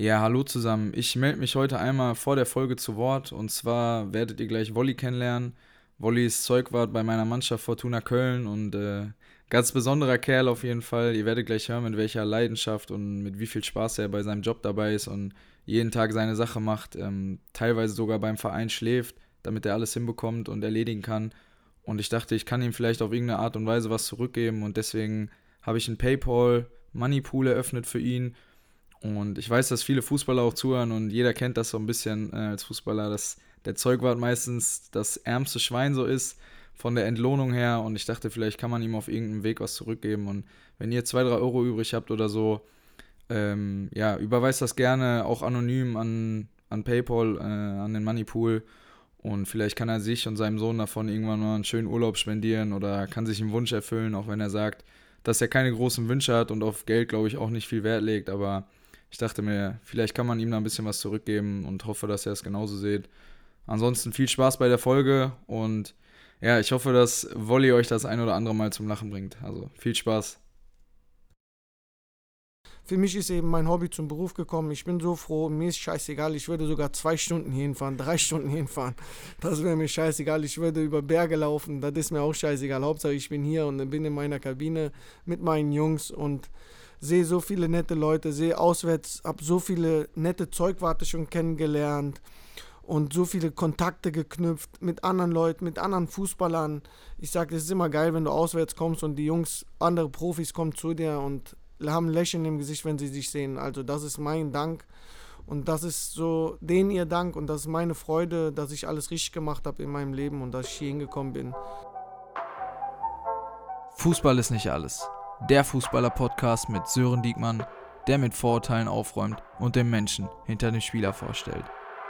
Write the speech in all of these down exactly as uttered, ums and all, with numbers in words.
Ja, hallo zusammen. Ich melde mich heute einmal vor der Folge zu Wort und zwar werdet ihr gleich Wolli kennenlernen. Wolli ist Zeugwart bei meiner Mannschaft Fortuna Köln und äh, ganz besonderer Kerl auf jeden Fall. Ihr werdet gleich hören, mit welcher Leidenschaft und mit wie viel Spaß er bei seinem Job dabei ist und jeden Tag seine Sache macht, ähm, teilweise sogar beim Verein schläft, damit er alles hinbekommt und erledigen kann. Und ich dachte, ich kann ihm vielleicht auf irgendeine Art und Weise was zurückgeben und deswegen habe ich einen PayPal Money Pool eröffnet für ihn. Und ich weiß, dass viele Fußballer auch zuhören und jeder kennt das so ein bisschen äh, als Fußballer, dass der Zeugwart meistens das ärmste Schwein so ist von der Entlohnung her. Und ich dachte, vielleicht kann man ihm auf irgendeinem Weg was zurückgeben. Und wenn ihr zwei, drei Euro übrig habt oder so, ähm, ja, überweist das gerne auch anonym an, an PayPal, äh, an den Moneypool. Und vielleicht kann er sich und seinem Sohn davon irgendwann mal einen schönen Urlaub spendieren oder kann sich einen Wunsch erfüllen, auch wenn er sagt, dass er keine großen Wünsche hat und auf Geld, glaube ich, auch nicht viel Wert legt. Aber ich dachte mir, vielleicht kann man ihm da ein bisschen was zurückgeben und hoffe, dass er es genauso sieht. Ansonsten viel Spaß bei der Folge und ja, ich hoffe, dass Wolli euch das ein oder andere Mal zum Lachen bringt. Also viel Spaß. Für mich ist eben mein Hobby zum Beruf gekommen. Ich bin so froh, mir ist scheißegal. Ich würde sogar zwei Stunden hinfahren, drei Stunden hinfahren. Das wäre mir scheißegal. Ich würde über Berge laufen, das ist mir auch scheißegal. Hauptsache ich bin hier und bin in meiner Kabine mit meinen Jungs und sehe so viele nette Leute, sehe auswärts, habe so viele nette Zeugwarte schon kennengelernt und so viele Kontakte geknüpft mit anderen Leuten, mit anderen Fußballern. Ich sage, es ist immer geil, wenn du auswärts kommst und die Jungs, andere Profis kommen zu dir und haben ein Lächeln im Gesicht, wenn sie dich sehen. Also das ist mein Dank und das ist so denen ihr Dank und das ist meine Freude, dass ich alles richtig gemacht habe in meinem Leben und dass ich hier hingekommen bin. Fußball ist nicht alles. Der Fußballer-Podcast mit Sören Diekmann, der mit Vorurteilen aufräumt und den Menschen hinter dem Spieler vorstellt.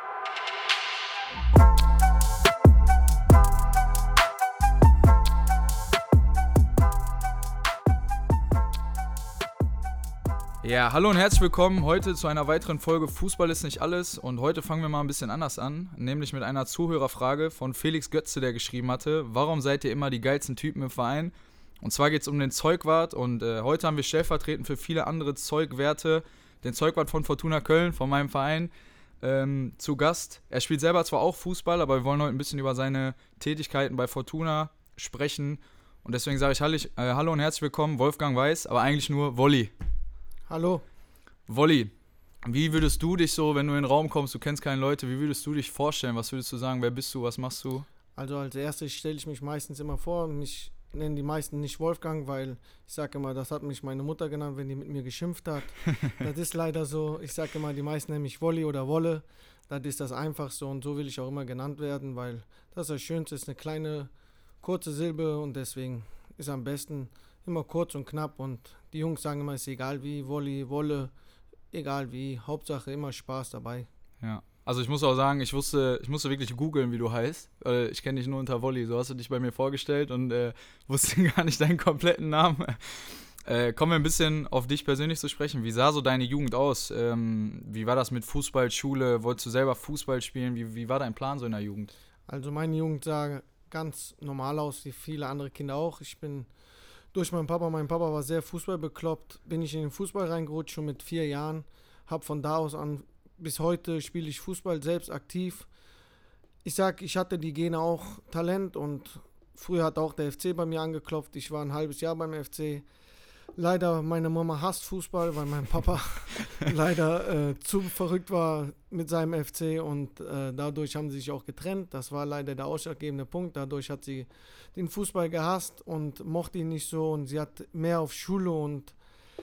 Ja, hallo und herzlich willkommen heute zu einer weiteren Folge Fußball ist nicht alles und heute fangen wir mal ein bisschen anders an, nämlich mit einer Zuhörerfrage von Felix Götze, der geschrieben hatte: Warum seid ihr immer die geilsten Typen im Verein? Und zwar geht es um den Zeugwart und äh, heute haben wir stellvertretend für viele andere Zeugwerte den Zeugwart von Fortuna Köln, von meinem Verein, ähm, zu Gast. Er spielt selber zwar auch Fußball, aber wir wollen heute ein bisschen über seine Tätigkeiten bei Fortuna sprechen und deswegen sage ich hallig, äh, hallo und herzlich willkommen, Wolfgang Weiß, aber eigentlich nur Wolli. Hallo. Wolli, wie würdest du dich so, wenn du in den Raum kommst, du kennst keine Leute, wie würdest du dich vorstellen? Was würdest du sagen? Wer bist du? Was machst du? Also als erstes stelle ich mich meistens immer vor, mich nennen die meisten nicht Wolfgang, weil ich sage immer, das hat mich meine Mutter genannt, wenn die mit mir geschimpft hat. Das ist leider so. Ich sage immer, die meisten nennen mich Wolli oder Wolle. Das ist das Einfachste und so will ich auch immer genannt werden, weil das das Schönste ist, eine kleine, kurze Silbe und deswegen ist am besten immer kurz und knapp und die Jungs sagen immer, es ist egal wie, Wolli, Wolle, egal wie, Hauptsache immer Spaß dabei. Ja, also ich muss auch sagen, ich wusste, ich musste wirklich googeln, wie du heißt. Äh, ich kenne dich nur unter Wolli, so hast du dich bei mir vorgestellt und äh, wusste gar nicht deinen kompletten Namen. Äh, kommen wir ein bisschen auf dich persönlich zu sprechen. Wie sah so deine Jugend aus? Ähm, wie war das mit Fußball, Schule? Wolltest du selber Fußball spielen? Wie, wie war dein Plan so in der Jugend? Also meine Jugend sah ganz normal aus, wie viele andere Kinder auch. Ich bin durch meinen Papa, mein Papa war sehr fußballbekloppt, bin ich in den Fußball reingerutscht, schon mit vier Jahren. Habe von da aus an bis heute spiele ich Fußball selbst aktiv. Ich sag, ich hatte die Gene auch Talent und früher hat auch der F C bei mir angeklopft. Ich war ein halbes Jahr beim F C. Leider, meine Mama hasst Fußball, weil mein Papa leider äh, zu verrückt war mit seinem F C und äh, dadurch haben sie sich auch getrennt. Das war leider der ausschlaggebende Punkt. Dadurch hat sie den Fußball gehasst und mochte ihn nicht so und sie hat mehr auf Schule und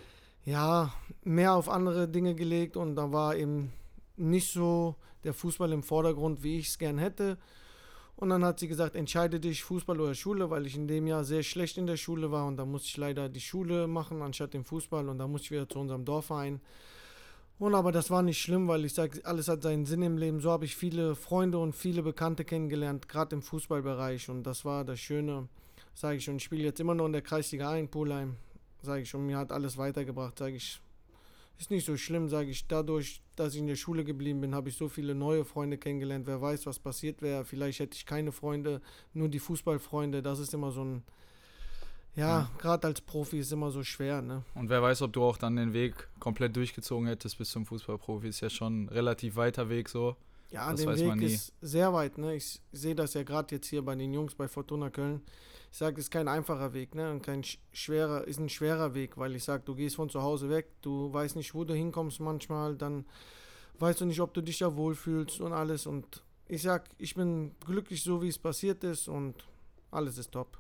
ja, mehr auf andere Dinge gelegt und da war eben nicht so der Fußball im Vordergrund, wie ich es gern hätte. Und dann hat sie gesagt, entscheide dich, Fußball oder Schule, weil ich in dem Jahr sehr schlecht in der Schule war und da musste ich leider die Schule machen, anstatt den Fußball und da musste ich wieder zu unserem Dorfverein. Und aber das war nicht schlimm, weil ich sage, alles hat seinen Sinn im Leben. So habe ich viele Freunde und viele Bekannte kennengelernt, gerade im Fußballbereich und das war das Schöne, sage ich schon. Ich spiele jetzt immer noch in der Kreisliga ein, Pulheim, sage ich schon, mir hat alles weitergebracht, sage ich. Ist nicht so schlimm, sage ich. Dadurch, dass ich in der Schule geblieben bin, habe ich so viele neue Freunde kennengelernt. Wer weiß, was passiert wäre. Vielleicht hätte ich keine Freunde, nur die Fußballfreunde. Das ist immer so ein, Ja, ja. gerade als Profi ist immer so schwer, ne? Und wer weiß, ob du auch dann den Weg komplett durchgezogen hättest bis zum Fußballprofi. Ist ja schon ein relativ weiter Weg so. Ja, das der weiß Weg man nie. ist sehr weit, ne? Ich sehe das ja gerade jetzt hier bei den Jungs bei Fortuna Köln. Ich sage, es ist kein einfacher Weg, ne? Und kein schwerer, ist ein schwerer Weg, weil ich sage, du gehst von zu Hause weg, du weißt nicht, wo du hinkommst manchmal, dann weißt du nicht, ob du dich da wohlfühlst und alles. Und ich sag, ich bin glücklich, so wie es passiert ist und alles ist top.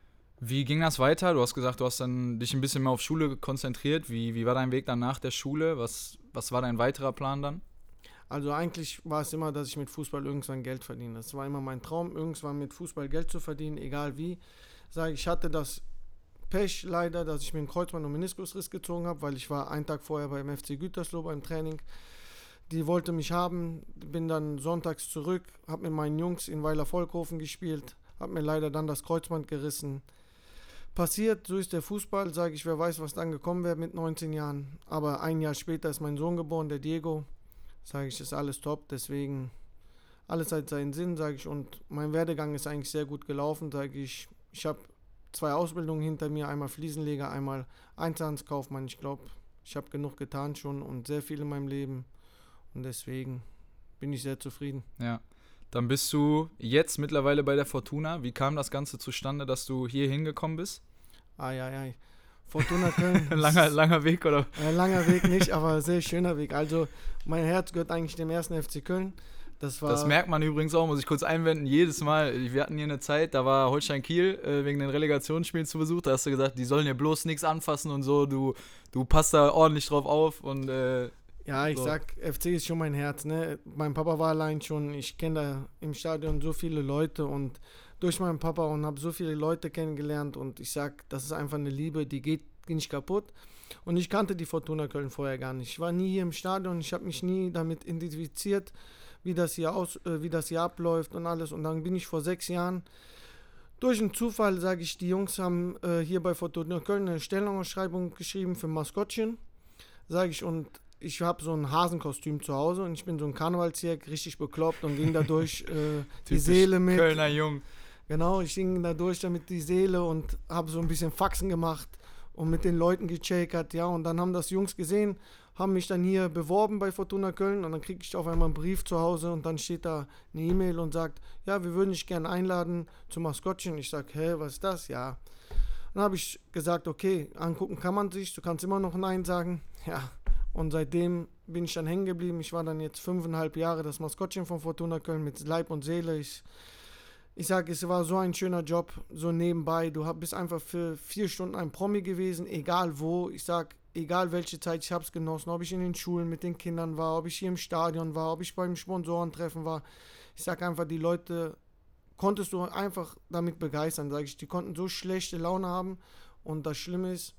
Wie ging das weiter? Du hast gesagt, du hast dann dich ein bisschen mehr auf Schule konzentriert. Wie, wie war dein Weg dann nach der Schule? Was, was war dein weiterer Plan dann? Also eigentlich war es immer, dass ich mit Fußball irgendwann Geld verdiene. Das war immer mein Traum, irgendwann mit Fußball Geld zu verdienen, egal wie. Sag ich, hatte das Pech leider, dass ich mir einen Kreuzband- und Meniskusriss gezogen habe, weil ich war einen Tag vorher beim F C Gütersloh beim Training. Die wollte mich haben, bin dann sonntags zurück, habe mit meinen Jungs in Weiler-Volkhofen gespielt, habe mir leider dann das Kreuzband gerissen. Passiert, so ist der Fußball, sage ich, wer weiß, was dann gekommen wäre mit neunzehn Jahren. Aber ein Jahr später ist mein Sohn geboren, der Diego. Sage ich, ist alles top, deswegen alles hat seinen Sinn, sage ich. Und mein Werdegang ist eigentlich sehr gut gelaufen, sage ich. Ich habe zwei Ausbildungen hinter mir, einmal Fliesenleger, einmal Einzelhandelskaufmann. Ich glaube, ich habe genug getan schon und sehr viel in meinem Leben. Und deswegen bin ich sehr zufrieden. Ja, dann bist du jetzt mittlerweile bei der Fortuna. Wie kam das Ganze zustande, dass du hier hingekommen bist? Ai, ai, ai. Fortuna Köln. langer, langer Weg, oder? Äh, langer Weg nicht, aber sehr schöner Weg. Also mein Herz gehört eigentlich dem ersten F C Köln. Das, war das merkt man übrigens auch, muss ich kurz einwenden, jedes Mal. Wir hatten hier eine Zeit, da war Holstein Kiel äh, wegen den Relegationsspielen zu Besuch. Da hast du gesagt, die sollen ja bloß nichts anfassen und so. Du, du passt da ordentlich drauf auf und äh, ja, ich so. sag, F C ist schon mein Herz, ne? Mein Papa war allein schon, ich kenne da im Stadion so viele Leute und durch meinen Papa und habe so viele Leute kennengelernt und ich sag, das ist einfach eine Liebe, die geht nicht kaputt. Und ich kannte die Fortuna Köln vorher gar nicht. Ich war nie hier im Stadion, ich habe mich nie damit identifiziert, wie das hier aus, äh, wie das hier abläuft und alles. Und dann bin ich vor sechs Jahren durch einen Zufall, sage ich, die Jungs haben äh, hier bei Fortuna Köln eine Stellenausschreibung geschrieben für Maskottchen, sage ich, und ich habe so ein Hasenkostüm zu Hause und ich bin so ein Karnevalsjäger, richtig bekloppt und ging da durch äh, die Seele mit. Kölner Jung. Genau, ich ging da durch damit die Seele und habe so ein bisschen Faxen gemacht und mit den Leuten gecheckt, ja, und dann haben das Jungs gesehen, haben mich dann hier beworben bei Fortuna Köln und dann kriege ich auf einmal einen Brief zu Hause und dann steht da eine E-Mail und sagt, ja, wir würden dich gerne einladen zum Maskottchen. Ich sage, hä, was ist das? Ja. Dann habe ich gesagt, okay, angucken kann man sich, du kannst immer noch Nein sagen. Ja, und seitdem bin ich dann hängen geblieben. Ich war dann jetzt fünfeinhalb Jahre das Maskottchen von Fortuna Köln mit Leib und Seele. Ich Ich sage, es war so ein schöner Job, so nebenbei. Du bist einfach für vier Stunden ein Promi gewesen, egal wo. Ich sage, egal welche Zeit, ich habe es genossen. Ob ich in den Schulen mit den Kindern war, ob ich hier im Stadion war, ob ich beim Sponsorentreffen war. Ich sage einfach, die Leute konntest du einfach damit begeistern, sage ich. Die konnten so schlechte Laune haben. Und das Schlimme ist,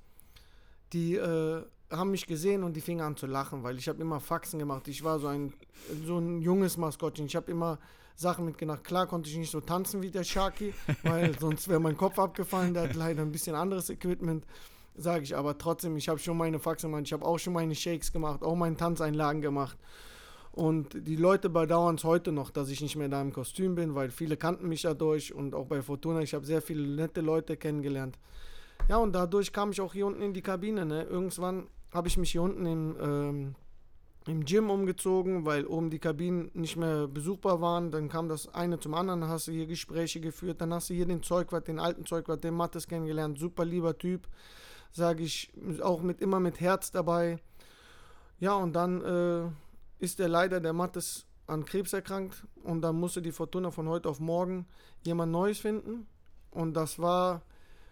die äh, haben mich gesehen und die fingen an zu lachen, weil ich habe immer Faxen gemacht. Ich war so ein, so ein junges Maskottchen. Ich habe immer Sachen mitgebracht. Klar konnte ich nicht so tanzen wie der Sharky, weil sonst wäre mein Kopf abgefallen. Der hat leider ein bisschen anderes Equipment, sage ich. Aber trotzdem, ich habe schon meine Faxen gemacht. Ich habe auch schon meine Shakes gemacht, auch meine Tanzeinlagen gemacht. Und die Leute bedauern es heute noch, dass ich nicht mehr da im Kostüm bin, weil viele kannten mich dadurch und auch bei Fortuna. Ich habe sehr viele nette Leute kennengelernt. Ja, und dadurch kam ich auch hier unten in die Kabine. Ne? Irgendwann habe ich mich hier unten im, ähm, im Gym umgezogen, weil oben die Kabinen nicht mehr besuchbar waren. Dann kam das eine zum anderen, dann hast du hier Gespräche geführt. Dann hast du hier den Zeugwart, den alten Zeugwart, den Mattes kennengelernt. Super lieber Typ, sage ich, auch mit, immer mit Herz dabei. Ja, und dann äh, ist der leider, der Mattes, an Krebs erkrankt. Und dann musste die Fortuna von heute auf morgen jemand Neues finden. Und das war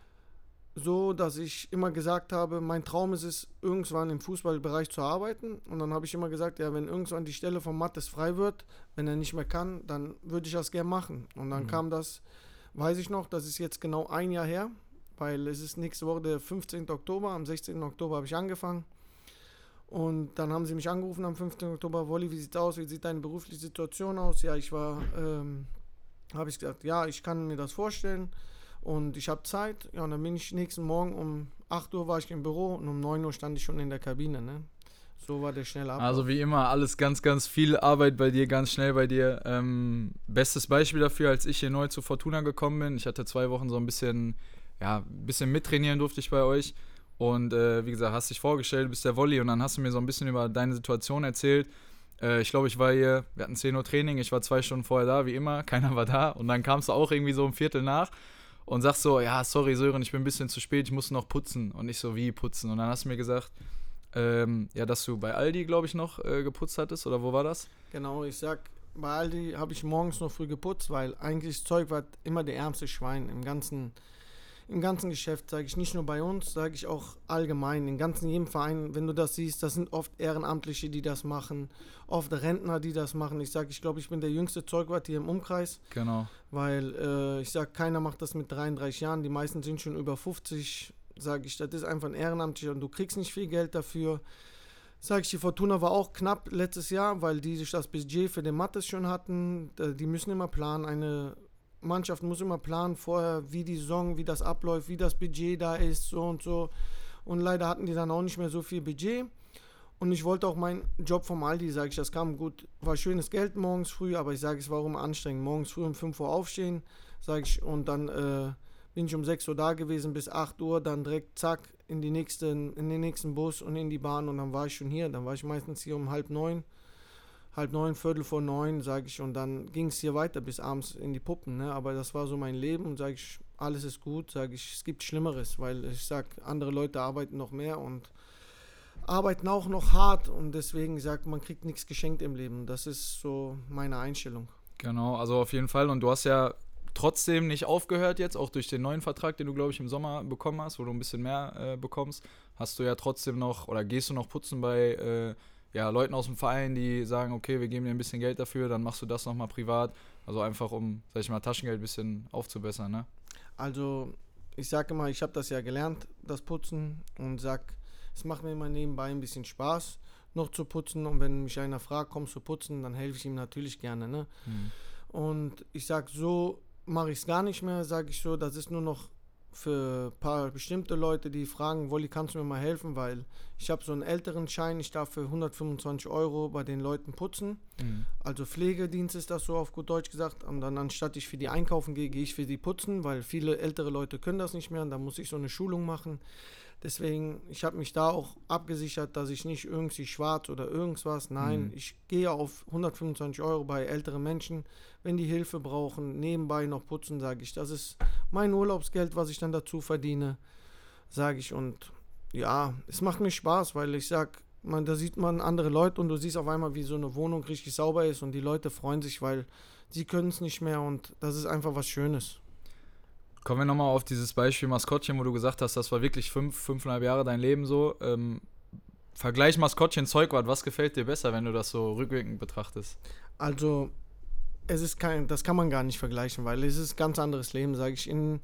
so, dass ich immer gesagt habe, mein Traum ist es, irgendwann im Fußballbereich zu arbeiten. Und dann habe ich immer gesagt, ja, wenn irgendwann die Stelle von Mattes frei wird, wenn er nicht mehr kann, dann würde ich das gerne machen. Und dann mhm. kam das, weiß ich noch, das ist jetzt genau ein Jahr her, weil es ist nächste Woche der fünfzehnten Oktober, am sechzehnten Oktober habe ich angefangen. Und dann haben sie mich angerufen am fünfzehnten Oktober, Wolli, wie sieht's aus, wie sieht deine berufliche Situation aus? Ja, ich war, ähm, habe ich gesagt, ja, ich kann mir das vorstellen. Und ich habe Zeit, ja, und dann bin ich nächsten Morgen um acht Uhr war ich im Büro und um neun Uhr stand ich schon in der Kabine, ne? So war der schnelle Ablauf. Also wie immer, alles ganz, ganz viel Arbeit bei dir, ganz schnell bei dir. Ähm, bestes Beispiel dafür, als ich hier neu zu Fortuna gekommen bin, ich hatte zwei Wochen so ein bisschen ja, ein bisschen mittrainieren durfte ich bei euch. Und äh, wie gesagt, hast dich vorgestellt, du bist der Wolli und dann hast du mir so ein bisschen über deine Situation erzählt. Äh, ich glaube, ich war hier, wir hatten zehn Uhr Training, ich war zwei Stunden vorher da, wie immer, keiner war da. Und dann kamst du auch irgendwie so um Viertel nach und sagst so, ja, sorry Sören, ich bin ein bisschen zu spät, ich muss noch putzen. Und ich so, wie putzen? Und dann hast du mir gesagt, ähm, ja, dass du bei Aldi, glaube ich, noch äh, geputzt hattest, oder wo war das? Genau, ich sag, bei Aldi habe ich morgens noch früh geputzt, weil eigentlich Zeug war immer der ärmste Schwein im ganzen Im ganzen Geschäft, sage ich, nicht nur bei uns, sage ich auch allgemein, in ganzen jedem Verein, wenn du das siehst, das sind oft Ehrenamtliche, die das machen, oft Rentner, die das machen. Ich sage, ich glaube, ich bin der jüngste Zeugwart hier im Umkreis. Genau. Weil äh, ich sage, keiner macht das mit dreiunddreißig Jahren, die meisten sind schon über fünfzig, sage ich, das ist einfach ein Ehrenamtlicher und du kriegst nicht viel Geld dafür. Sag ich, die Fortuna war auch knapp letztes Jahr, weil die sich das Budget für den Mattes schon hatten. Die müssen immer planen, eine Mannschaft muss immer planen vorher, wie die Saison, wie das abläuft, wie das Budget da ist, so und so. Und leider hatten die dann auch nicht mehr so viel Budget. Und ich wollte auch meinen Job vom Aldi, sage ich, das kam gut, war schönes Geld morgens früh, aber ich sage, es war auch immer anstrengend. Morgens früh um fünf Uhr aufstehen, sage ich, und dann äh, bin ich um sechs Uhr da gewesen bis acht Uhr, dann direkt zack in, die nächsten, in den nächsten Bus und in die Bahn und dann war ich schon hier. Dann war ich meistens hier um halb neun. halb neun, Viertel vor neun, sage ich, und dann ging es hier weiter bis abends in die Puppen, ne? Aber das war so mein Leben und sage ich, alles ist gut, sage ich, es gibt Schlimmeres, weil ich sage, andere Leute arbeiten noch mehr und arbeiten auch noch hart und deswegen sagt man kriegt nichts geschenkt im Leben. Das ist so meine Einstellung. Genau, also auf jeden Fall und du hast ja trotzdem nicht aufgehört jetzt, auch durch den neuen Vertrag, den du, glaube ich, im Sommer bekommen hast, wo du ein bisschen mehr äh, bekommst, hast du ja trotzdem noch, oder gehst du noch putzen bei äh, ja, Leuten aus dem Verein, die sagen, okay, wir geben dir ein bisschen Geld dafür, dann machst du das nochmal privat. Also einfach, um, sag ich mal, Taschengeld ein bisschen aufzubessern, ne? Also, ich sage immer, ich habe das ja gelernt, das Putzen, und sag, es macht mir immer nebenbei ein bisschen Spaß, noch zu putzen. Und wenn mich einer fragt, kommst du putzen, dann helfe ich ihm natürlich gerne, ne? Mhm. Und ich sag, so mache ich es gar nicht mehr, sage ich so, das ist nur noch für ein paar bestimmte Leute, die fragen, Wolli, kannst du mir mal helfen, weil ich habe so einen älteren Schein, ich darf für hundertfünfundzwanzig Euro bei den Leuten putzen, mhm. Also Pflegedienst ist das so auf gut Deutsch gesagt, und dann anstatt ich für die einkaufen gehe, gehe ich für die putzen, weil viele ältere Leute können das nicht mehr und dann muss ich so eine Schulung machen. Deswegen, ich habe mich da auch abgesichert, dass ich nicht irgendwie schwarz oder irgendwas, nein, mhm. Ich gehe auf hundertfünfundzwanzig Euro bei älteren Menschen, wenn die Hilfe brauchen, nebenbei noch putzen, sage ich, das ist mein Urlaubsgeld, was ich dann dazu verdiene, sage ich, und ja, es macht mir Spaß, weil ich sage, man, da sieht man andere Leute und du siehst auf einmal, wie so eine Wohnung richtig sauber ist und die Leute freuen sich, weil sie können es nicht mehr und das ist einfach was Schönes. Kommen wir nochmal auf dieses Beispiel Maskottchen, wo du gesagt hast, das war wirklich fünf, fünfeinhalb Jahre dein Leben so. Ähm, Vergleich Maskottchen, Zeugwart, was gefällt dir besser, wenn du das so rückwirkend betrachtest? Also, es ist kein, das kann man gar nicht vergleichen, weil es ist ein ganz anderes Leben, sage ich. In,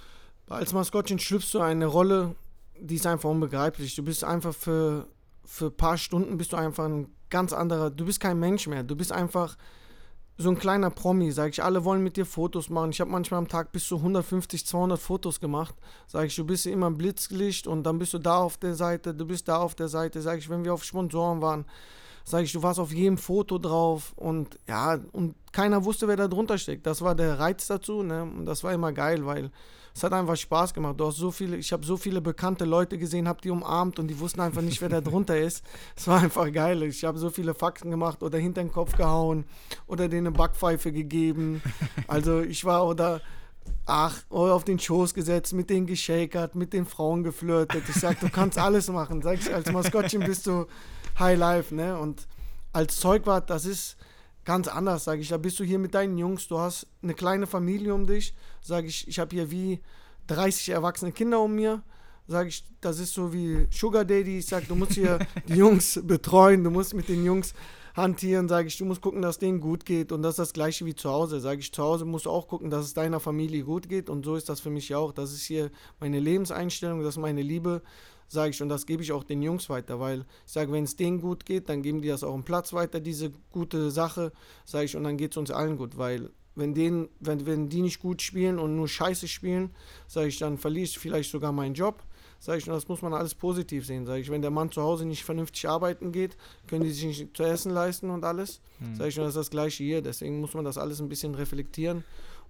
als Maskottchen schlüpfst du eine Rolle, die ist einfach unbegreiflich. Du bist einfach für, für ein paar Stunden bist du einfach ein ganz anderer, du bist kein Mensch mehr, du bist einfach so ein kleiner Promi, sag ich, alle wollen mit dir Fotos machen. Ich habe manchmal am Tag bis zu hundertfünfzig, zweihundert Fotos gemacht. Sag ich, du bist immer im Blitzlicht und dann bist du da auf der Seite, du bist da auf der Seite. Sag ich, wenn wir auf Sponsoren waren, sag ich, du warst auf jedem Foto drauf und ja, und keiner wusste, wer da drunter steckt. Das war der Reiz dazu, ne? Und das war immer geil, weil es hat einfach Spaß gemacht. Du hast so viele, ich habe so viele bekannte Leute gesehen, habe die umarmt und die wussten einfach nicht, wer da drunter ist. Es war einfach geil. Ich habe so viele Faxen gemacht oder hinter den Kopf gehauen oder denen eine Backpfeife gegeben. Also ich war oder ach, oder auf den Schoß gesetzt, mit denen geschakert, mit den Frauen geflirtet. Ich sag, du kannst alles machen. Sag ich, als Maskottchen bist du High Life, ne? Und als Zeugwart, das ist ganz anders, sage ich. Da bist du hier mit deinen Jungs, du hast eine kleine Familie um dich. Sage ich, ich habe hier wie dreißig erwachsene Kinder um mir. Sage ich, das ist so wie Sugar Daddy. Ich sage, du musst hier die Jungs betreuen, du musst mit den Jungs hantieren. Sage ich, du musst gucken, dass es denen gut geht. Und das ist das Gleiche wie zu Hause. Sage ich, zu Hause musst du auch gucken, dass es deiner Familie gut geht. Und so ist das für mich auch. Das ist hier meine Lebenseinstellung, das ist meine Liebe. Sage ich, und das gebe ich auch den Jungs weiter, weil ich sage, wenn es denen gut geht, dann geben die das auch im Platz weiter, diese gute Sache, sage ich, und dann geht es uns allen gut, weil wenn, denen, wenn, wenn die nicht gut spielen und nur Scheiße spielen, sage ich, dann verliere ich vielleicht sogar meinen Job, sage ich, und das muss man alles positiv sehen, sage ich, wenn der Mann zu Hause nicht vernünftig arbeiten geht, können die sich nicht zu essen leisten und alles, mhm. Sage ich, und das ist das Gleiche hier, deswegen muss man das alles ein bisschen reflektieren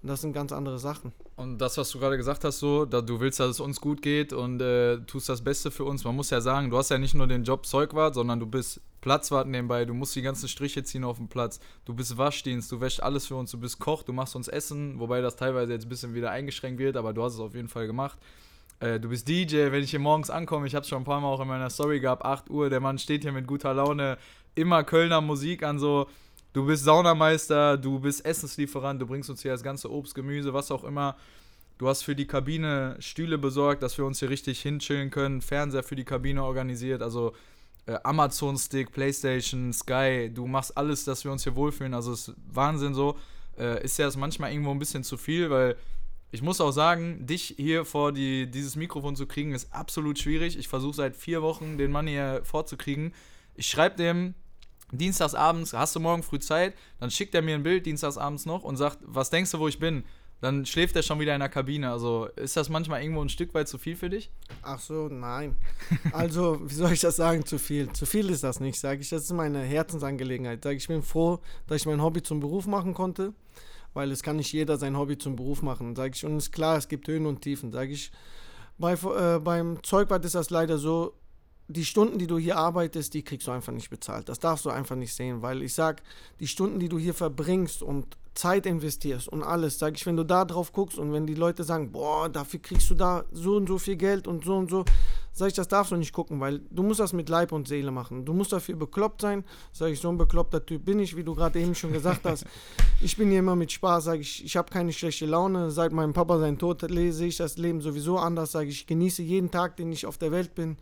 Und das sind ganz andere Sachen. Und das, was du gerade gesagt hast, so, da du willst, dass es uns gut geht und äh, tust das Beste für uns. Man muss ja sagen, du hast ja nicht nur den Job Zeugwart, sondern du bist Platzwart nebenbei, du musst die ganzen Striche ziehen auf dem Platz, du bist Waschdienst, du wäschst alles für uns, du bist Koch, du machst uns Essen, wobei das teilweise jetzt ein bisschen wieder eingeschränkt wird, aber du hast es auf jeden Fall gemacht. Äh, du bist D J, wenn ich hier morgens ankomme, ich habe es schon ein paar Mal auch in meiner Story gehabt, acht Uhr, der Mann steht hier mit guter Laune, immer Kölner Musik an, so. Du bist Saunameister, du bist Essenslieferant, du bringst uns hier das ganze Obst, Gemüse, was auch immer. Du hast für die Kabine Stühle besorgt, dass wir uns hier richtig hinchillen können, Fernseher für die Kabine organisiert, also äh, Amazon-Stick, Playstation, Sky, du machst alles, dass wir uns hier wohlfühlen, also es ist Wahnsinn so. Äh, ist ja das manchmal irgendwo ein bisschen zu viel, weil ich muss auch sagen, dich hier vor die, dieses Mikrofon zu kriegen, ist absolut schwierig. Ich versuche seit vier Wochen, den Mann hier vorzukriegen. Ich schreibe dem dienstagsabends, hast du morgen früh Zeit? Dann schickt er mir ein Bild dienstagsabends noch und sagt, was denkst du, wo ich bin? Dann schläft er schon wieder in der Kabine. Also ist das manchmal irgendwo ein Stück weit zu viel für dich? Ach so, nein. Also, wie soll ich das sagen, zu viel? Zu viel ist das nicht, sage ich. Das ist meine Herzensangelegenheit. Sag ich, ich bin froh, dass ich mein Hobby zum Beruf machen konnte, weil es kann nicht jeder sein Hobby zum Beruf machen, sage ich. Und es ist klar, es gibt Höhen und Tiefen, sage ich. Bei, äh, beim Zeugwart ist das leider so, die Stunden, die du hier arbeitest, die kriegst du einfach nicht bezahlt. Das darfst du einfach nicht sehen, weil ich sag, die Stunden, die du hier verbringst und Zeit investierst und alles, sag ich, wenn du da drauf guckst und wenn die Leute sagen, boah, dafür kriegst du da so und so viel Geld und so und so, sag ich, das darfst du nicht gucken, weil du musst das mit Leib und Seele machen. Du musst dafür bekloppt sein, sag ich, so ein bekloppter Typ bin ich, wie du gerade eben schon gesagt hast. Ich bin hier immer mit Spaß, sag ich, ich habe keine schlechte Laune. Seit meinem Papa seinen Tod sehe ich das Leben sowieso anders, sag ich, ich genieße jeden Tag, den ich auf der Welt bin.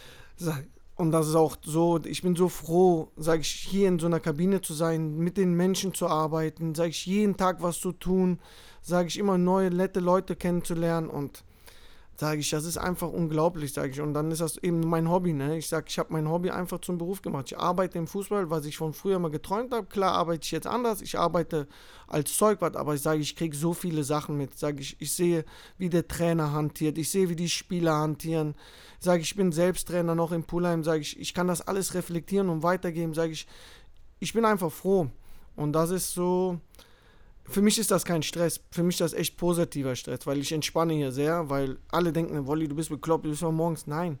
Und das ist auch so, ich bin so froh, sage ich, hier in so einer Kabine zu sein, mit den Menschen zu arbeiten, sage ich, jeden Tag was zu tun, sage ich, immer neue, nette Leute kennenzulernen und sage ich, das ist einfach unglaublich, sage ich. Und dann ist das eben mein Hobby, ne? Ich sage, ich habe mein Hobby einfach zum Beruf gemacht. Ich arbeite im Fußball, was ich von früher mal geträumt habe. Klar arbeite ich jetzt anders. Ich arbeite als Zeugwart, aber ich sage, ich kriege so viele Sachen mit. Sage ich, ich sehe, wie der Trainer hantiert. Ich sehe, wie die Spieler hantieren. Sage ich, ich bin selbst Trainer noch in Pulheim. Sage ich, ich kann das alles reflektieren und weitergeben. Sage ich, ich bin einfach froh. Und das ist so... Für mich ist das kein Stress, für mich ist das echt positiver Stress, weil ich entspanne hier sehr, weil alle denken, Wolli, du bist bekloppt, du bist doch morgens. Nein,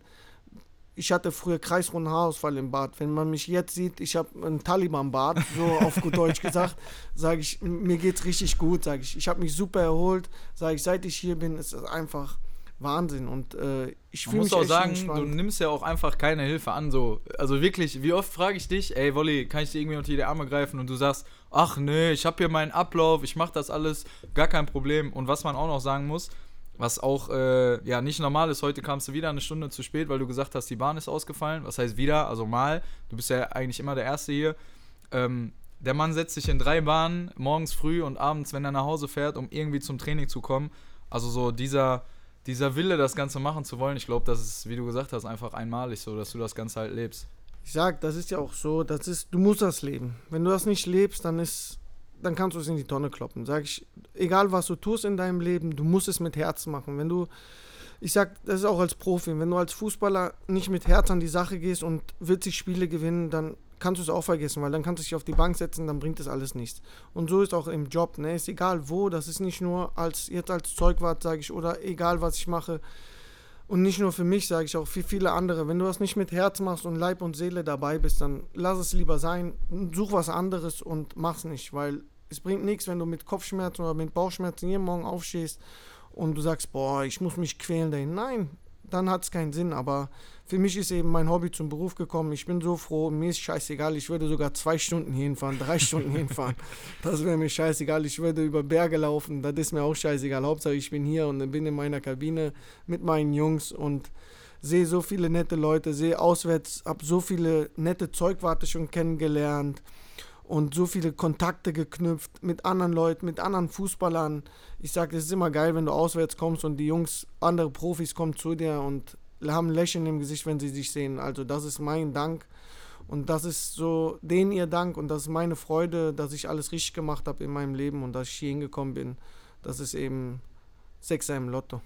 ich hatte früher kreisrunden Haarausfall im Bart. Wenn man mich jetzt sieht, ich habe einen Taliban-Bart, so auf gut Deutsch gesagt, sage ich, mir geht's richtig gut, sage ich. Ich habe mich super erholt, sage ich, seit ich hier bin, ist es einfach Wahnsinn und äh, ich fühle mich auch echt sagen, entspannt. Du nimmst ja auch einfach keine Hilfe an, so. Also wirklich, wie oft frage ich dich, ey Wolli, kann ich dir irgendwie unter die Arme greifen und du sagst, ach nee, ich habe hier meinen Ablauf, ich mache das alles, gar kein Problem. Und was man auch noch sagen muss, was auch äh, ja nicht normal ist, heute kamst du wieder eine Stunde zu spät, weil du gesagt hast, die Bahn ist ausgefallen. Was heißt wieder, also mal, du bist ja eigentlich immer der Erste hier. Ähm, der Mann setzt sich in drei Bahnen, morgens früh und abends, wenn er nach Hause fährt, um irgendwie zum Training zu kommen. Also so dieser... Dieser Wille, das Ganze machen zu wollen, ich glaube, das ist, wie du gesagt hast, einfach einmalig so, dass du das Ganze halt lebst. Ich sag, das ist ja auch so, das ist, du musst das leben. Wenn du das nicht lebst, dann ist, dann kannst du es in die Tonne kloppen. Sag ich, egal was du tust in deinem Leben, du musst es mit Herz machen. Wenn du, ich sag, das ist auch als Profi, wenn du als Fußballer nicht mit Herz an die Sache gehst und willst die Spiele gewinnen, dann kannst du es auch vergessen, weil dann kannst du dich auf die Bank setzen, dann bringt das alles nichts. Und so ist auch im Job, ne? Ist egal wo, das ist nicht nur als jetzt als Zeugwart, sage ich, oder egal was ich mache. Und nicht nur für mich, sage ich auch für viele andere. Wenn du das nicht mit Herz machst und Leib und Seele dabei bist, dann lass es lieber sein, such was anderes und mach's nicht, weil es bringt nichts, wenn du mit Kopfschmerzen oder mit Bauchschmerzen jeden Morgen aufstehst und du sagst, boah, ich muss mich quälen dahin. Nein, dann hat es keinen Sinn, aber für mich ist eben mein Hobby zum Beruf gekommen. Ich bin so froh, mir ist scheißegal, ich würde sogar zwei Stunden hinfahren, drei Stunden hinfahren. Das wäre mir scheißegal, ich würde über Berge laufen, das ist mir auch scheißegal. Hauptsache ich bin hier und bin in meiner Kabine mit meinen Jungs und sehe so viele nette Leute, sehe auswärts, habe so viele nette Zeugwarte schon kennengelernt und so viele Kontakte geknüpft mit anderen Leuten, mit anderen Fußballern. Ich sage, es ist immer geil, wenn du auswärts kommst und die Jungs, andere Profis kommen zu dir und haben ein Lächeln im Gesicht, wenn sie dich sehen. Also das ist mein Dank und das ist so denen ihr Dank und das ist meine Freude, dass ich alles richtig gemacht habe in meinem Leben und dass ich hier hingekommen bin. Das ist eben Sechser im Lotto.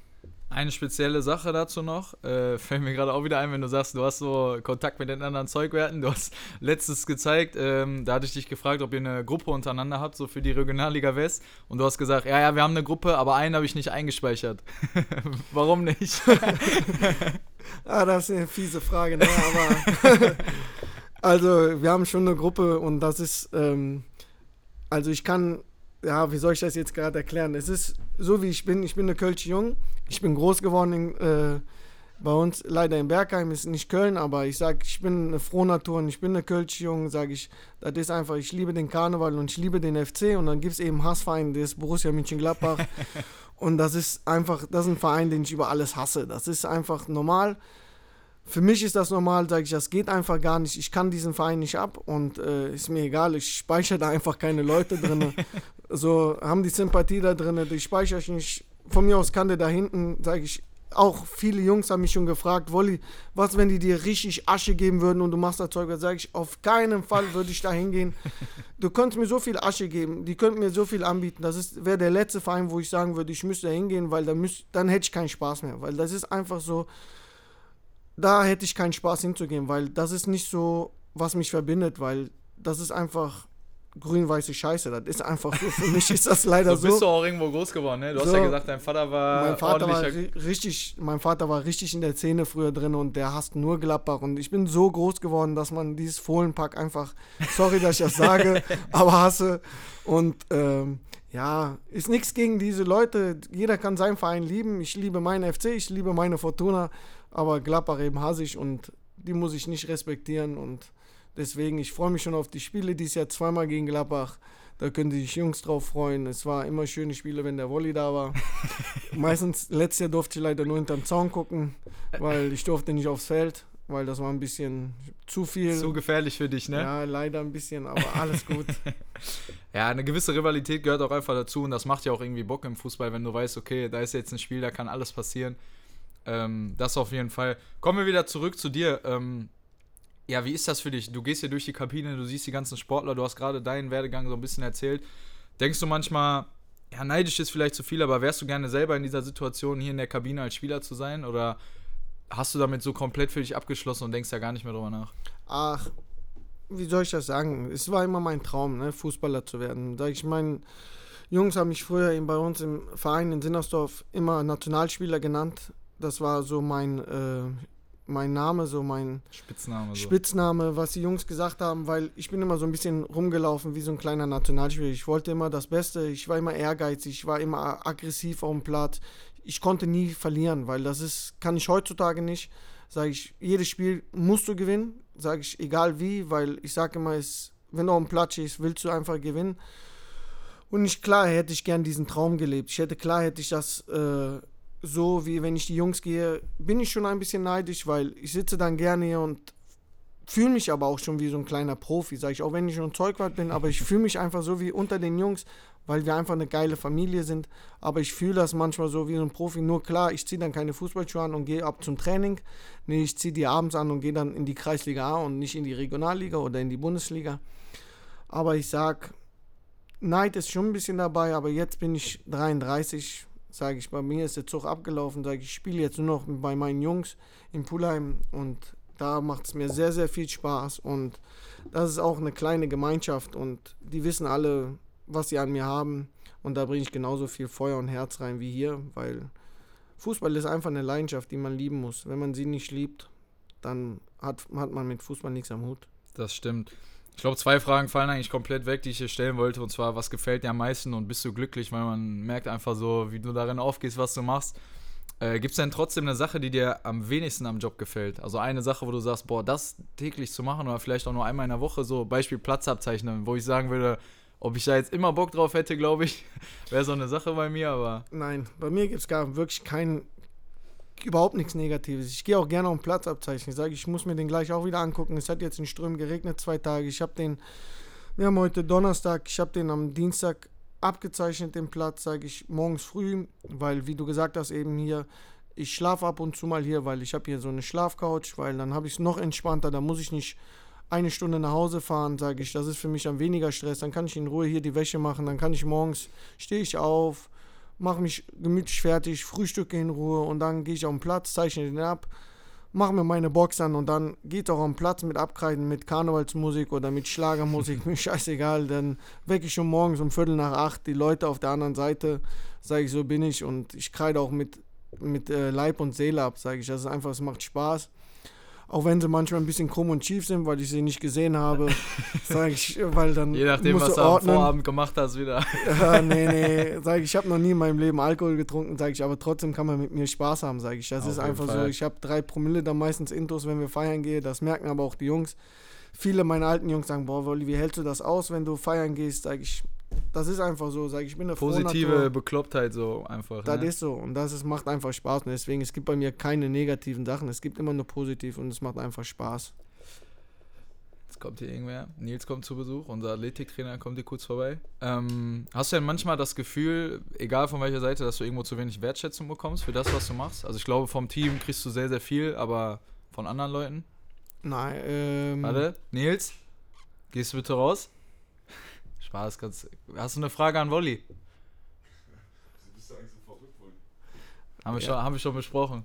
Eine spezielle Sache dazu noch, äh, fällt mir gerade auch wieder ein, wenn du sagst, du hast so Kontakt mit den anderen Zeugwerten. Du hast letztes gezeigt, ähm, da hatte ich dich gefragt, ob ihr eine Gruppe untereinander habt, so für die Regionalliga West. Und du hast gesagt, ja, ja, wir haben eine Gruppe, aber einen habe ich nicht eingespeichert. Warum nicht? Ah, das ist eine fiese Frage, ne? Aber also wir haben schon eine Gruppe und das ist, ähm, also ich kann, ja, wie soll ich das jetzt gerade erklären? Es ist so, wie ich bin. Ich bin eine Kölsche Jung. Ich bin groß geworden in, äh, bei uns, leider in Bergheim, ist nicht Köln, aber ich sage, ich bin eine Frohnatur und ich bin eine Kölsche Jung, sage ich, das ist einfach, ich liebe den Karneval und ich liebe den F C und dann gibt es eben Hassverein, der ist Borussia Mönchengladbach und das ist einfach, das ist ein Verein, den ich über alles hasse. Das ist einfach normal. Für mich ist das normal, sage ich, das geht einfach gar nicht. Ich kann diesen Verein nicht ab und äh, ist mir egal, ich speichere da einfach keine Leute drin. So haben die Sympathie da drin, die speichere ich nicht. Von mir aus kann der da hinten, sage ich, auch viele Jungs haben mich schon gefragt, Wolli, was, wenn die dir richtig Asche geben würden und du machst das Zeug, sage ich, auf keinen Fall würde ich da hingehen. Du könntest mir so viel Asche geben, die könnten mir so viel anbieten. Das wäre der letzte Verein, wo ich sagen würde, ich müsste da hingehen, weil dann, müsst, dann hätte ich keinen Spaß mehr. Weil das ist einfach so, da hätte ich keinen Spaß hinzugehen, weil das ist nicht so, was mich verbindet, weil das ist einfach grün-weiße Scheiße, das ist einfach so, für mich ist das leider so. So bist du auch irgendwo groß geworden, ne? Du so, hast ja gesagt, dein Vater war mein Vater war ri- richtig, mein Vater war richtig in der Szene früher drin und der hasst nur Gladbach und ich bin so groß geworden, dass man dieses Fohlenpack einfach, sorry, dass ich das sage, aber hasse und ähm, ja, ist nichts gegen diese Leute, jeder kann seinen Verein lieben, ich liebe meinen F C, ich liebe meine Fortuna, aber Gladbach eben hasse ich und die muss ich nicht respektieren und deswegen, ich freue mich schon auf die Spiele dieses Jahr zweimal gegen Gladbach. Da können sich Jungs drauf freuen. Es war immer schöne Spiele, wenn der Wolli da war. Meistens, letztes Jahr durfte ich leider nur hinterm Zaun gucken, weil ich durfte nicht aufs Feld, weil das war ein bisschen zu viel. Zu gefährlich für dich, ne? Ja, leider ein bisschen, aber alles gut. Ja, eine gewisse Rivalität gehört auch einfach dazu und das macht ja auch irgendwie Bock im Fußball, wenn du weißt, okay, da ist jetzt ein Spiel, da kann alles passieren. Ähm, das auf jeden Fall. Kommen wir wieder zurück zu dir. Ähm, Ja, wie ist das für dich? Du gehst hier durch die Kabine, du siehst die ganzen Sportler, du hast gerade deinen Werdegang so ein bisschen erzählt. Denkst du manchmal, ja, neidisch ist vielleicht zu viel, aber wärst du gerne selber in dieser Situation, hier in der Kabine als Spieler zu sein? Oder hast du damit so komplett für dich abgeschlossen und denkst da gar nicht mehr drüber nach? Ach, wie soll ich das sagen? Es war immer mein Traum, ne, Fußballer zu werden. Sag ich, meine Jungs haben mich früher eben bei uns im Verein in Sinnersdorf immer Nationalspieler genannt. Das war so mein... Äh, mein Name, so mein Spitzname, so. Spitzname, was die Jungs gesagt haben, weil ich bin immer so ein bisschen rumgelaufen wie so ein kleiner Nationalspieler. Ich wollte immer das Beste, ich war immer ehrgeizig, ich war immer aggressiv auf dem Platz. Ich konnte nie verlieren, weil das ist, kann ich heutzutage nicht. Sage ich, jedes Spiel musst du gewinnen, sage ich, egal wie, weil ich sage immer, es, wenn du auf dem Platz stehst, willst du einfach gewinnen. Und ich, klar hätte ich gern diesen Traum gelebt. Ich hätte, klar hätte ich das äh, so wie wenn ich die Jungs gehe, bin ich schon ein bisschen neidisch, weil ich sitze dann gerne hier und fühle mich aber auch schon wie so ein kleiner Profi, sage ich, auch wenn ich schon Zeugwart bin, aber ich fühle mich einfach so wie unter den Jungs, weil wir einfach eine geile Familie sind, aber ich fühle das manchmal so wie so ein Profi, nur klar, ich ziehe dann keine Fußballschuhe an und gehe ab zum Training, nee, ich ziehe die abends an und gehe dann in die Kreisliga A und nicht in die Regionalliga oder in die Bundesliga, aber ich sag, Neid ist schon ein bisschen dabei, aber jetzt bin ich dreiunddreißig, sage ich, bei mir ist der Zug abgelaufen, sage ich, ich spiele jetzt nur noch bei meinen Jungs in Pulheim und da macht es mir sehr, sehr viel Spaß und das ist auch eine kleine Gemeinschaft und die wissen alle, was sie an mir haben und da bringe ich genauso viel Feuer und Herz rein wie hier, weil Fußball ist einfach eine Leidenschaft, die man lieben muss. Wenn man sie nicht liebt, dann hat, hat man mit Fußball nichts am Hut. Das stimmt. Ich glaube, zwei Fragen fallen eigentlich komplett weg, die ich hier stellen wollte. Und zwar, was gefällt dir am meisten und bist du glücklich? Weil man merkt einfach so, wie du darin aufgehst, was du machst. Äh, Gibt es denn trotzdem eine Sache, die dir am wenigsten am Job gefällt? Also eine Sache, wo du sagst, boah, das täglich zu machen oder vielleicht auch nur einmal in der Woche, so Beispiel Platz abzeichnen, wo ich sagen würde, ob ich da jetzt immer Bock drauf hätte, glaube ich, wäre so eine Sache bei mir, aber... Nein, bei mir gibt es gar wirklich keinen, überhaupt nichts Negatives. Ich gehe auch gerne auf den Platz abzeichnen. Ich sage, ich muss mir den gleich auch wieder angucken. Es hat jetzt in Strömen geregnet, zwei Tage. Ich habe den, wir haben heute Donnerstag, ich habe den am Dienstag abgezeichnet, den Platz, sage ich, morgens früh, weil, wie du gesagt hast, eben hier, ich schlafe ab und zu mal hier, weil ich habe hier so eine Schlafcouch, weil dann habe ich es noch entspannter, da muss ich nicht eine Stunde nach Hause fahren, sage ich, das ist für mich am weniger Stress, dann kann ich in Ruhe hier die Wäsche machen, dann kann ich morgens, stehe ich auf, mache mich gemütlich fertig, frühstücke in Ruhe und dann gehe ich auf den Platz, zeichne den ab, mache mir meine Box an und dann geht auch am Platz mit Abkreiden, mit Karnevalsmusik oder mit Schlagermusik, mir scheißegal, dann wecke ich schon morgens um Viertel nach acht die Leute auf der anderen Seite, sage ich, so bin ich und ich kreide auch mit, mit äh, Leib und Seele ab, sage ich, das ist einfach, es macht Spaß. Auch wenn sie manchmal ein bisschen krumm und schief sind, weil ich sie nicht gesehen habe, sage ich, weil dann je nachdem, was du am Vorabend gemacht hast wieder. Ja, nee, nee, sage ich, ich habe noch nie in meinem Leben Alkohol getrunken, sage ich, aber trotzdem kann man mit mir Spaß haben, sage ich. Das Auf ist einfach Fall. so, ich habe drei Promille dann meistens Intos, wenn wir feiern gehen, das merken aber auch die Jungs. Viele meiner alten Jungs sagen, boah, Wolli, wie hältst du das aus, wenn du feiern gehst, sage ich. Das ist einfach so, sage ich, ich bin eine positive Frohnatur. Beklopptheit so einfach. Das ne? ist so und das ist, macht einfach Spaß und deswegen, es gibt bei mir keine negativen Sachen, es gibt immer nur positiv und es macht einfach Spaß. Jetzt kommt hier irgendwer, Nils kommt zu Besuch, unser Athletiktrainer kommt hier kurz vorbei. Ähm, hast du denn manchmal das Gefühl, egal von welcher Seite, dass du irgendwo zu wenig Wertschätzung bekommst für das, was du machst? Also ich glaube, vom Team kriegst du sehr, sehr viel, aber von anderen Leuten? Nein, ähm... Warte, Nils, gehst du bitte raus? Spaß, ganz. Hast du eine Frage an Wolli? Bist du eigentlich so verrückt, Wolli? Haben wir, ja. schon, haben wir schon besprochen.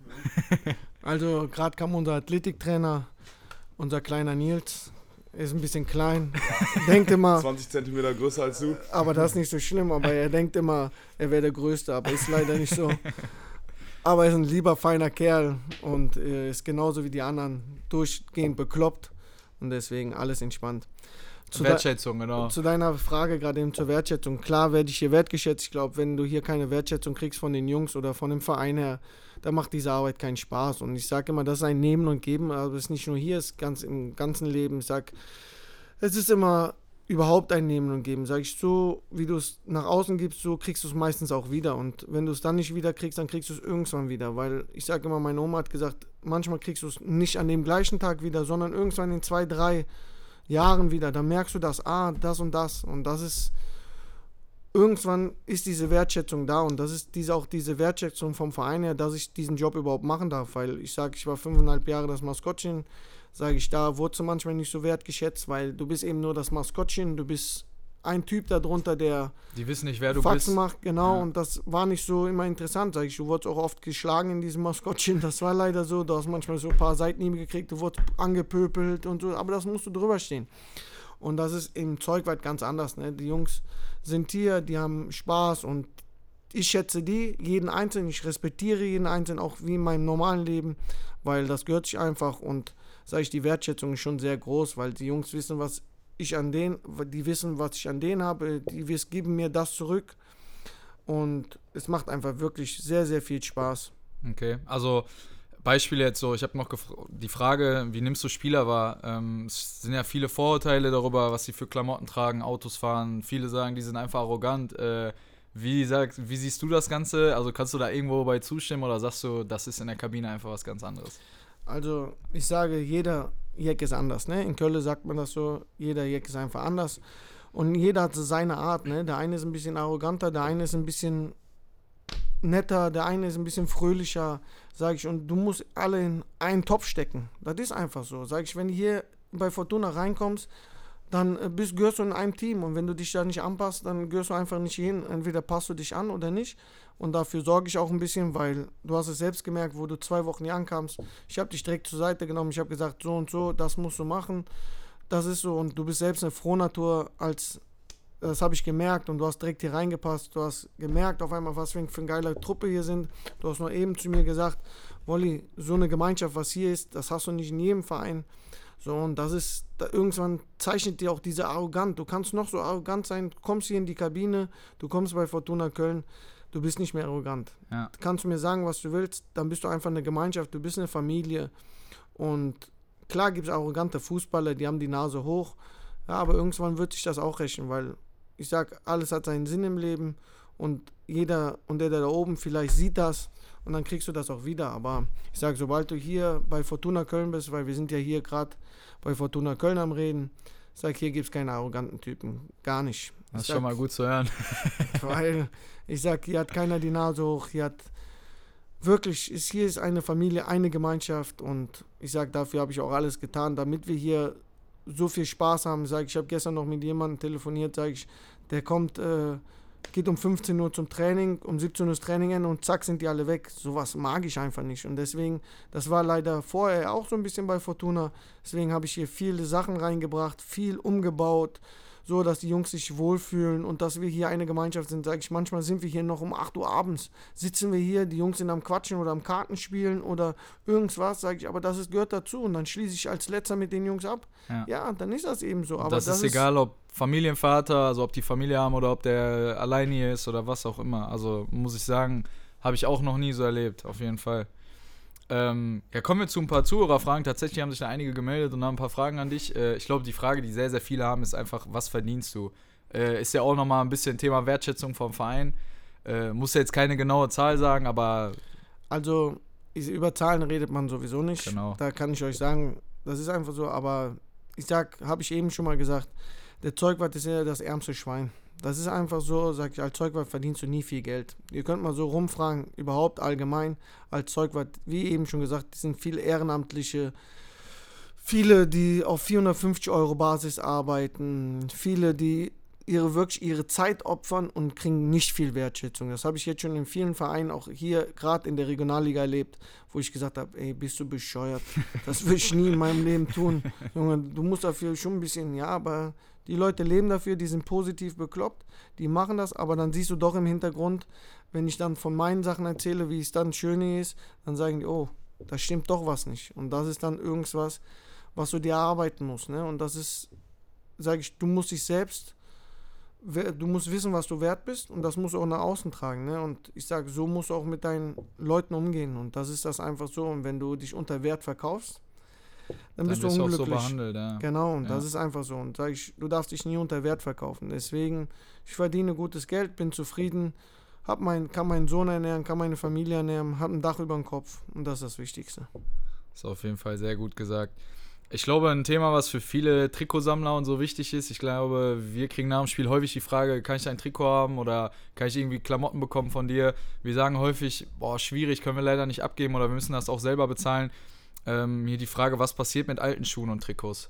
Also, gerade kam unser Athletiktrainer, unser kleiner Nils, ist ein bisschen klein, denkt immer... zwanzig Zentimeter größer als du. Aber das ist nicht so schlimm, aber er denkt immer, er wäre der Größte, aber ist leider nicht so. Aber er ist ein lieber, feiner Kerl und äh, ist genauso wie die anderen durchgehend bekloppt und deswegen alles entspannt. Zu Wertschätzung, de- genau. Zu deiner Frage gerade eben zur Wertschätzung. Klar werde ich hier wertgeschätzt. Ich glaube, wenn du hier keine Wertschätzung kriegst von den Jungs oder von dem Verein her, dann macht diese Arbeit keinen Spaß. Und ich sage immer, das ist ein Nehmen und Geben, aber es ist nicht nur hier, es ist ganz im ganzen Leben. Ich sage, es ist immer überhaupt ein Nehmen und Geben. Sag ich, so wie du es nach außen gibst, so kriegst du es meistens auch wieder. Und wenn du es dann nicht wieder kriegst, dann kriegst du es irgendwann wieder. Weil ich sage immer, meine Oma hat gesagt, manchmal kriegst du es nicht an dem gleichen Tag wieder, sondern irgendwann in zwei, drei Jahren wieder, dann merkst du das, ah, das und das und das ist, irgendwann ist diese Wertschätzung da und das ist diese, auch diese Wertschätzung vom Verein her, dass ich diesen Job überhaupt machen darf, weil ich sage, ich war fünfeinhalb Jahre das Maskottchen, sage ich, da wurde du manchmal nicht so wertgeschätzt, weil du bist eben nur das Maskottchen, du bist ein Typ darunter, der die wissen nicht, wer du Faxen bist. macht, genau, ja. Und das war nicht so immer interessant, sag ich. Du wurdest auch oft geschlagen in diesem Maskottchen, das war leider so, du hast manchmal so ein paar Seitenhiebe gekriegt, du wurdest angepöpelt und so, aber das musst du drüber stehen. Und das ist im Zeugwart ganz anders, ne? Die Jungs sind hier, die haben Spaß und ich schätze die, jeden Einzelnen, ich respektiere jeden Einzelnen, auch wie in meinem normalen Leben, weil das gehört sich einfach und, sag ich, die Wertschätzung ist schon sehr groß, weil die Jungs wissen, was ich an denen, die wissen, was ich an denen habe, die geben mir das zurück und es macht einfach wirklich sehr, sehr viel Spaß. Okay, also Beispiel jetzt so, ich habe noch gef- die Frage, wie nimmst du Spieler wahr? Ähm, es sind ja viele Vorurteile darüber, was sie für Klamotten tragen, Autos fahren, viele sagen, die sind einfach arrogant. Äh, wie, sag, wie siehst du das Ganze? Also kannst du da irgendwo bei zustimmen oder sagst du, das ist in der Kabine einfach was ganz anderes? Also ich sage, jeder Jack ist anders, ne? In Köln sagt man das so, jeder Jack ist einfach anders. Und jeder hat so seine Art, ne? Der eine ist ein bisschen arroganter, der eine ist ein bisschen netter, der eine ist ein bisschen fröhlicher, sage ich. Und du musst alle in einen Topf stecken. Das ist einfach so. Sage ich, wenn du hier bei Fortuna reinkommst, dann bist, gehörst du in einem Team. Und wenn du dich da nicht anpasst, dann gehörst du einfach nicht hin. Entweder passt du dich an oder nicht. Und dafür sorge ich auch ein bisschen, weil du hast es selbst gemerkt, wo du zwei Wochen hier ankamst. Ich habe dich direkt zur Seite genommen. Ich habe gesagt, so und so, das musst du machen. Das ist so. Und du bist selbst eine Frohnatur, als das habe ich gemerkt. Und du hast direkt hier reingepasst. Du hast gemerkt auf einmal, was wir für eine geile Truppe hier sind. Du hast noch eben zu mir gesagt, Wolli, so eine Gemeinschaft, was hier ist, das hast du nicht in jedem Verein. So, und das ist, da irgendwann zeichnet dir auch diese Arroganz. Du kannst noch so arrogant sein, du kommst hier in die Kabine, du kommst bei Fortuna Köln, du bist nicht mehr arrogant. Ja. Du kannst mir sagen, was du willst, dann bist du einfach eine Gemeinschaft, du bist eine Familie. Und klar gibt es arrogante Fußballer, die haben die Nase hoch, ja, aber irgendwann wird sich das auch rächen, weil ich sage, alles hat seinen Sinn im Leben und jeder und der, der da oben vielleicht sieht das und dann kriegst du das auch wieder. Aber ich sage, sobald du hier bei Fortuna Köln bist, weil wir sind ja hier gerade bei Fortuna Köln am Reden, ich sage, hier gibt es keine arroganten Typen. Gar nicht. Das ist sag, schon mal gut zu hören. Weil ich sage, hier hat keiner die Nase hoch, hier hat wirklich, ist, hier ist eine Familie, eine Gemeinschaft und ich sage, dafür habe ich auch alles getan, damit wir hier so viel Spaß haben. Ich sage, ich habe gestern noch mit jemandem telefoniert, sage ich, der kommt äh, geht um fünfzehn Uhr zum Training, um siebzehn Uhr das Training Ende und zack sind die alle weg. Sowas mag ich einfach nicht. Und deswegen, das war leider vorher auch so ein bisschen bei Fortuna. Deswegen habe ich hier viele Sachen reingebracht, viel umgebaut, so dass die Jungs sich wohlfühlen und dass wir hier eine Gemeinschaft sind. Sage ich, manchmal sind wir hier noch um acht Uhr abends, sitzen wir hier, die Jungs sind am Quatschen oder am Kartenspielen oder irgendwas, sage ich, aber das ist, gehört dazu und dann schließe ich als Letzter mit den Jungs ab. Ja, ja dann ist das eben so. Aber das, das ist egal, ob Familienvater, also ob die Familie haben oder ob der allein hier ist oder was auch immer. Also muss ich sagen, habe ich auch noch nie so erlebt, auf jeden Fall. Ähm, ja, kommen wir zu ein paar Zuhörerfragen. Tatsächlich haben sich da einige gemeldet und haben ein paar Fragen an dich. Äh, ich glaube, die Frage, die sehr, sehr viele haben, ist einfach, was verdienst du? Äh, ist ja auch nochmal ein bisschen Thema Wertschätzung vom Verein. Äh, muss ja jetzt keine genaue Zahl sagen, aber... Also, über Zahlen redet man sowieso nicht. Genau. Da kann ich euch sagen, das ist einfach so, aber ich sag, habe ich eben schon mal gesagt, der Zeugwart ist ja das ärmste Schwein. Das ist einfach so, sag ich, als Zeugwart verdienst du nie viel Geld. Ihr könnt mal so rumfragen, überhaupt allgemein, als Zeugwart, wie eben schon gesagt, die sind viele Ehrenamtliche, viele, die auf vierhundertfünfzig Euro Basis arbeiten, viele, die ihre wirklich ihre Zeit opfern und kriegen nicht viel Wertschätzung. Das habe ich jetzt schon in vielen Vereinen, auch hier gerade in der Regionalliga erlebt, wo ich gesagt habe, ey, bist du bescheuert? Das will ich nie in meinem Leben tun. Junge, du musst dafür schon ein bisschen, ja, aber die Leute leben dafür, die sind positiv bekloppt, die machen das, aber dann siehst du doch im Hintergrund, wenn ich dann von meinen Sachen erzähle, wie es dann schön ist, dann sagen die, oh, da stimmt doch was nicht. Und das ist dann irgendwas, was du dir erarbeiten musst, ne? Und das ist, sage ich, du musst dich selbst, du musst wissen, was du wert bist und das musst du auch nach außen tragen, ne? Und ich sage, so musst du auch mit deinen Leuten umgehen und das ist das einfach so. Und wenn du dich unter Wert verkaufst, dann, dann bist du bist unglücklich. Auch so behandelt, ja. Genau, und ja. das ist einfach so. Und sag ich, du darfst dich nie unter Wert verkaufen. Deswegen, ich verdiene gutes Geld, bin zufrieden, hab mein, kann meinen Sohn ernähren, kann meine Familie ernähren, hab ein Dach über dem Kopf und das ist das Wichtigste. Das ist auf jeden Fall sehr gut gesagt. Ich glaube, ein Thema, was für viele Trikotsammler und so wichtig ist, ich glaube, wir kriegen nach dem Spiel häufig die Frage, kann ich ein Trikot haben oder kann ich irgendwie Klamotten bekommen von dir? Wir sagen häufig, boah, schwierig, können wir leider nicht abgeben oder wir müssen das auch selber bezahlen. Ähm, hier die Frage, was passiert mit alten Schuhen und Trikots?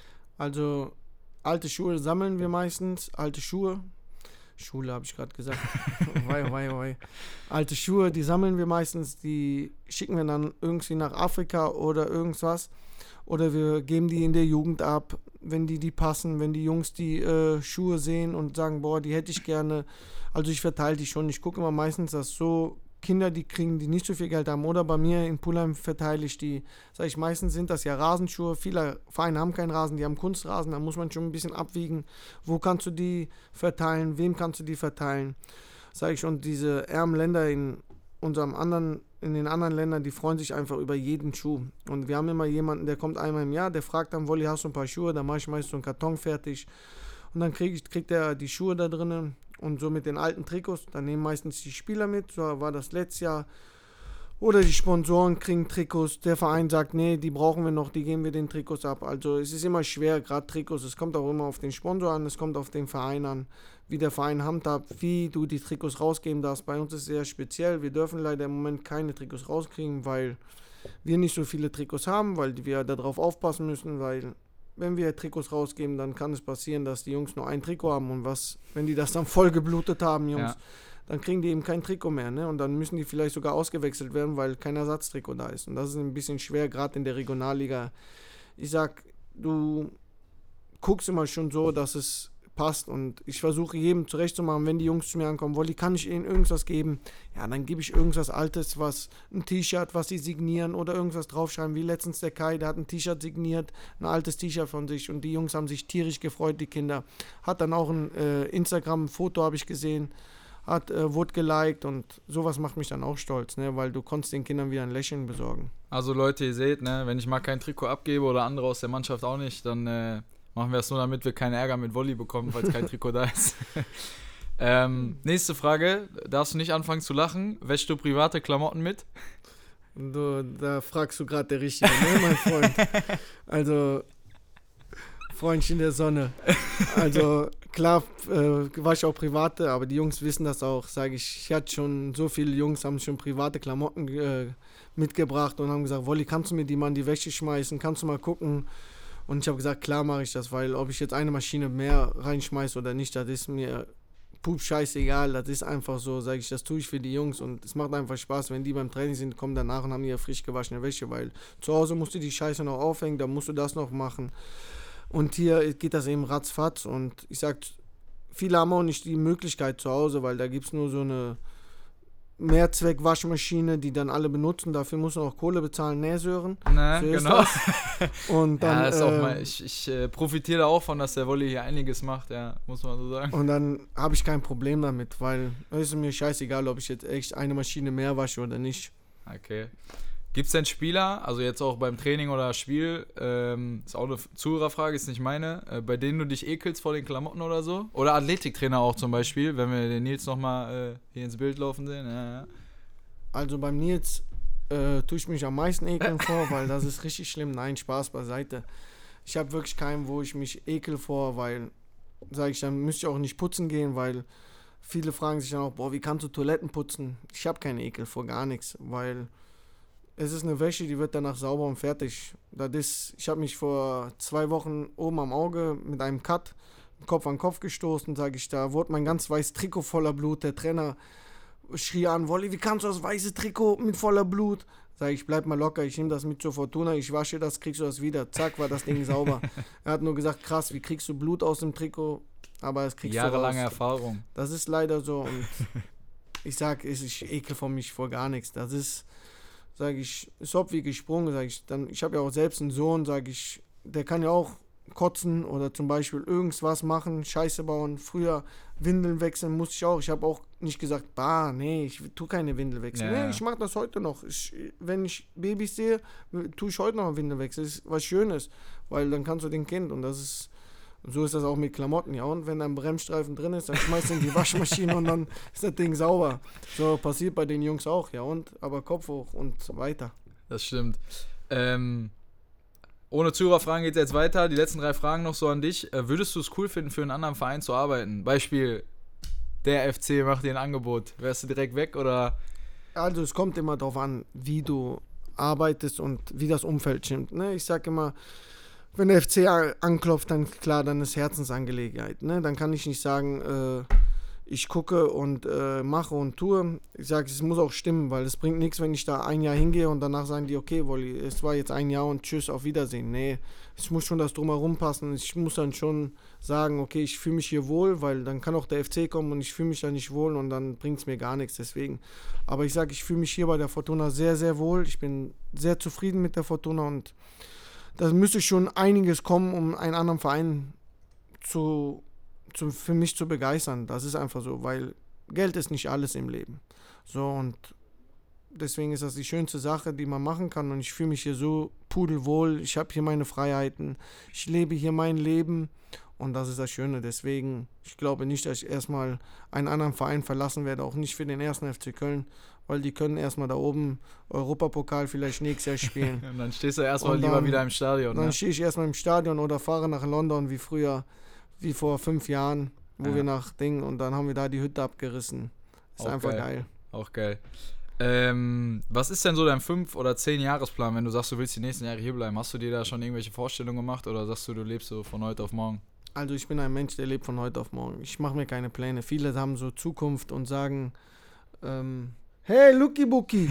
Also, alte Schuhe sammeln wir meistens, alte Schuhe, Schule habe ich gerade gesagt, wei, wei, wei. Alte Schuhe, die sammeln wir meistens, die schicken wir dann irgendwie nach Afrika oder irgendwas oder wir geben die in der Jugend ab, wenn die die passen, wenn die Jungs die äh, Schuhe sehen und sagen, boah, die hätte ich gerne, also ich verteile die schon, ich gucke immer meistens, dass so Kinder, die kriegen, die nicht so viel Geld haben. Oder bei mir in Pulheim verteile ich die. Sag ich, meistens sind das ja Rasenschuhe. Viele Vereine haben keinen Rasen, die haben Kunstrasen. Da muss man schon ein bisschen abwiegen. Wo kannst du die verteilen? Wem kannst du die verteilen? Sag ich, und diese ärmen Länder in unserem anderen, in den anderen Ländern, die freuen sich einfach über jeden Schuh. Und wir haben immer jemanden, der kommt einmal im Jahr, der fragt dann, Wolli, hast du ein paar Schuhe? Dann mache ich meist so einen Karton fertig. Und dann krieg ich, kriegt er die Schuhe da drinnen. Und so mit den alten Trikots, dann nehmen meistens die Spieler mit, so war das letztes Jahr. Oder die Sponsoren kriegen Trikots, der Verein sagt, nee, die brauchen wir noch, die geben wir den Trikots ab. Also es ist immer schwer, gerade Trikots, es kommt auch immer auf den Sponsor an, es kommt auf den Verein an, wie der Verein handhabt, wie du die Trikots rausgeben darfst. Bei uns ist es sehr speziell, wir dürfen leider im Moment keine Trikots rauskriegen, weil wir nicht so viele Trikots haben, weil wir darauf aufpassen müssen, weil... Wenn wir Trikots rausgeben, dann kann es passieren, dass die Jungs nur ein Trikot haben und was, wenn die das dann voll geblutet haben, Jungs, ja. Dann kriegen die eben kein Trikot mehr, ne? Und dann müssen die vielleicht sogar ausgewechselt werden, weil kein Ersatztrikot da ist. Und das ist ein bisschen schwer, gerade in der Regionalliga. Ich sag, du guckst immer schon so, dass es passt und ich versuche jedem zurechtzumachen, wenn die Jungs zu mir ankommen, Wolli, kann ich ihnen irgendwas geben? Ja, dann gebe ich irgendwas Altes, was ein T-Shirt, was sie signieren oder irgendwas draufschreiben, wie letztens der Kai, der hat ein T-Shirt signiert, ein altes T-Shirt von sich und die Jungs haben sich tierisch gefreut, die Kinder. Hat dann auch ein äh, Instagram-Foto, habe ich gesehen, hat, äh, wurde geliked und sowas macht mich dann auch stolz, ne, weil du konntest den Kindern wieder ein Lächeln besorgen. Also Leute, ihr seht, ne, wenn ich mal kein Trikot abgebe oder andere aus der Mannschaft auch nicht, dann äh machen wir es nur, damit wir keinen Ärger mit Wolli bekommen, falls kein Trikot da ist. ähm, nächste Frage. Darfst du nicht anfangen zu lachen? Wäschst du private Klamotten mit? Du, da fragst du gerade der Richtige, ne, mein Freund? Also, Freundchen der Sonne. Also, klar, äh, war ich auch private, aber die Jungs wissen das auch, sage ich. Ich hatte schon, so viele Jungs haben schon private Klamotten äh, mitgebracht und haben gesagt, Wolli, kannst du mir die mal in die Wäsche schmeißen? Kannst du mal gucken? Und ich habe gesagt, klar mache ich das, weil ob ich jetzt eine Maschine mehr reinschmeiße oder nicht, das ist mir pup, scheißegal, das ist einfach so, sage ich, das tue ich für die Jungs und es macht einfach Spaß, wenn die beim Training sind, kommen danach und haben ihre frisch gewaschene Wäsche, weil zu Hause musst du die Scheiße noch aufhängen, dann musst du das noch machen und hier geht das eben ratzfatz und ich sag, viele haben auch nicht die Möglichkeit zu Hause, weil da gibt es nur so eine Mehrzweck-Waschmaschine, die dann alle benutzen. Dafür muss man auch Kohle bezahlen, Nähsören. Ne, so genau. Und dann, ja, ist auch äh, mal, ich, ich äh, profitiere da auch von, dass der Wolli hier einiges macht, ja, muss man so sagen. Und dann habe ich kein Problem damit, weil es ist mir scheißegal, ob ich jetzt echt eine Maschine mehr wasche oder nicht. Okay. Gibt es denn Spieler, also jetzt auch beim Training oder Spiel, ähm, ist auch eine Zuhörerfrage, ist nicht meine, äh, bei denen du dich ekelst vor den Klamotten oder so? Oder Athletiktrainer auch zum Beispiel, wenn wir den Nils nochmal äh, hier ins Bild laufen sehen. Ja, ja. Also beim Nils äh, tue ich mich am meisten ekeln vor, weil das ist richtig schlimm. Nein, Spaß beiseite. Ich habe wirklich keinen, wo ich mich ekel vor, weil, sage ich, dann müsste ich auch nicht putzen gehen, weil viele fragen sich dann auch, boah, wie kannst du Toiletten putzen? Ich habe keinen Ekel vor gar nichts, weil es ist eine Wäsche, die wird danach sauber und fertig. Das ist, ich habe mich vor zwei Wochen oben am Auge mit einem Cut Kopf an Kopf gestoßen, sage ich, da wurde mein ganz weißes Trikot voller Blut. Der Trainer schrie an, Wolli, wie kannst du das weiße Trikot mit voller Blut? Sag ich, bleib mal locker, ich nehme das mit zur Fortuna, ich wasche das, kriegst du das wieder. Zack, war das Ding sauber. Er hat nur gesagt, krass, wie kriegst du Blut aus dem Trikot? Aber es kriegst Jahrelange du raus. Erfahrung. Das ist leider so und ich sag, ich ekel von mich vor gar nichts. Das ist, sage ich, ist ob wie gesprungen, sage ich. Dann, ich habe ja auch selbst einen Sohn, sage ich, der kann ja auch kotzen oder zum Beispiel irgendwas machen, Scheiße bauen. Früher Windeln wechseln musste ich auch. Ich habe auch nicht gesagt, bah, nee, ich tue keine Windel wechseln. Ja. Nee, ich mache das heute noch. Ich, wenn ich Babys sehe, tue ich heute noch eine Windel wechseln. Das ist was Schönes, weil dann kannst du den Kind und das ist, so ist das auch mit Klamotten, ja. Und wenn da ein Bremsstreifen drin ist, dann schmeißt du in die Waschmaschine und dann ist das Ding sauber. So passiert bei den Jungs auch, ja. Und aber Kopf hoch und weiter. Das stimmt. Ähm, ohne Zuhörerfragen geht es jetzt weiter. Die letzten drei Fragen noch so an dich. Äh, würdest du es cool finden, für einen anderen Verein zu arbeiten? Beispiel, der F C macht dir ein Angebot. Wärst du direkt weg oder? Also es kommt immer darauf an, wie du arbeitest und wie das Umfeld stimmt. Ne? Ich sage immer, wenn der F C anklopft, dann klar, dann ist Herzensangelegenheit. Ne? Dann kann ich nicht sagen, äh, ich gucke und äh, mache und tue. Ich sage, es muss auch stimmen, weil es bringt nichts, wenn ich da ein Jahr hingehe und danach sagen die, okay, Wolli, es war jetzt ein Jahr und tschüss, auf Wiedersehen. Nee, es muss schon das Drumherum passen. Ich muss dann schon sagen, okay, ich fühle mich hier wohl, weil dann kann auch der F C kommen und ich fühle mich da nicht wohl und dann bringt es mir gar nichts. Deswegen. Aber ich sage, ich fühle mich hier bei der Fortuna sehr, sehr wohl. Ich bin sehr zufrieden mit der Fortuna und da müsste schon einiges kommen, um einen anderen Verein zu, zu, für mich zu begeistern. Das ist einfach so, weil Geld ist nicht alles im Leben. So, und deswegen ist das die schönste Sache, die man machen kann. Und ich fühle mich hier so pudelwohl. Ich habe hier meine Freiheiten. Ich lebe hier mein Leben. Und das ist das Schöne. Deswegen, ich glaube nicht, dass ich erstmal einen anderen Verein verlassen werde. Auch nicht für den ersten F C Köln. Weil die können erstmal da oben Europapokal vielleicht nächstes Jahr spielen. Und dann stehst du erstmal Und lieber dann- wieder im Stadion. Dann Ne? stehe ich erstmal im Stadion oder fahre nach London wie früher, wie vor fünf Jahren, wo Ja. wir nach Ding und dann haben wir da die Hütte abgerissen. Ist Auch einfach geil. geil. Auch geil. Ähm, was ist denn so dein fünf- oder zehn-Jahresplan, wenn du sagst, du willst die nächsten Jahre hier bleiben? Hast du dir da schon irgendwelche Vorstellungen gemacht oder sagst du, du lebst so von heute auf morgen? Also ich bin ein Mensch, der lebt von heute auf morgen. Ich mache mir keine Pläne. Viele haben so Zukunft und sagen, ähm, hey Luki Buki.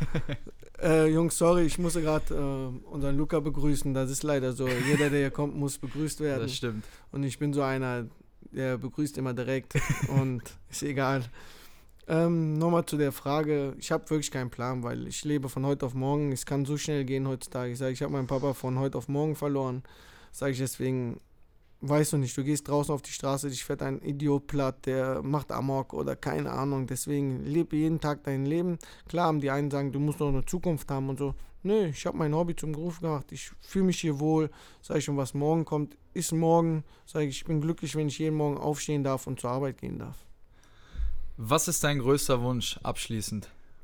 äh, Jungs, sorry, ich musste gerade äh, unseren Luca begrüßen. Das ist leider so. Jeder, der hier kommt, muss begrüßt werden. Das stimmt. Und ich bin so einer, der begrüßt immer direkt und ist egal. Ähm, nochmal zu der Frage, ich habe wirklich keinen Plan, weil ich lebe von heute auf morgen. Es kann so schnell gehen heutzutage. Ich sage, ich habe meinen Papa von heute auf morgen verloren. Sage ich deswegen, weißt du nicht, du gehst draußen auf die Straße, dich fährt ein Idiot platt, der macht Amok oder keine Ahnung. Deswegen lebe jeden Tag dein Leben. Klar haben die einen sagen, du musst noch eine Zukunft haben und so. Nö, ich habe mein Hobby zum Beruf gemacht. Ich fühle mich hier wohl. Sag ich, und was morgen kommt, ist morgen. Sag ich, ich bin glücklich, wenn ich jeden Morgen aufstehen darf und zur Arbeit gehen darf. Was ist dein größter Wunsch abschließend?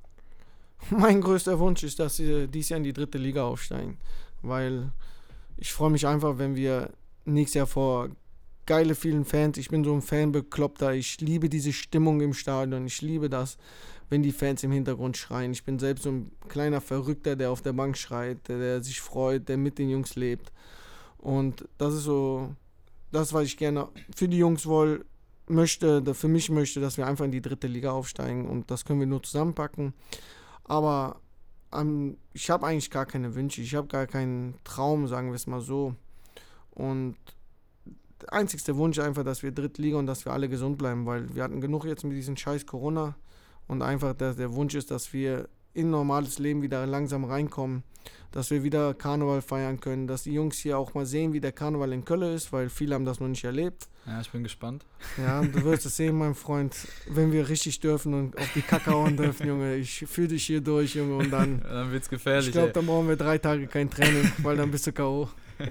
Mein größter Wunsch ist, dass wir dieses Jahr in die dritte Liga aufsteigen. Weil ich freue mich einfach, wenn wir nächstes Jahr vor geile vielen Fans, ich bin so ein Fanbekloppter, ich liebe diese Stimmung im Stadion, ich liebe das, wenn die Fans im Hintergrund schreien. Ich bin selbst so ein kleiner Verrückter, der auf der Bank schreit, der, der sich freut, der mit den Jungs lebt. Und das ist so das, was ich gerne für die Jungs will, möchte, für mich möchte, dass wir einfach in die dritte Liga aufsteigen und das können wir nur zusammenpacken. Aber ähm, ich habe eigentlich gar keine Wünsche, ich habe gar keinen Traum, sagen wir es mal so. Und der einzigste Wunsch einfach, dass wir Drittliga und dass wir alle gesund bleiben, weil wir hatten genug jetzt mit diesem scheiß Corona und einfach der, der Wunsch ist, dass wir in normales Leben wieder langsam reinkommen, dass wir wieder Karneval feiern können, dass die Jungs hier auch mal sehen, wie der Karneval in Köln ist, weil viele haben das noch nicht erlebt. Ja, ich bin gespannt. Ja, du wirst es sehen, mein Freund, wenn wir richtig dürfen und auf die Kacke hauen dürfen, Junge. Ich führe dich hier durch, Junge, und dann... Ja, dann wird's gefährlich, Ich glaube, dann brauchen wir drei Tage kein Training, weil dann bist du K O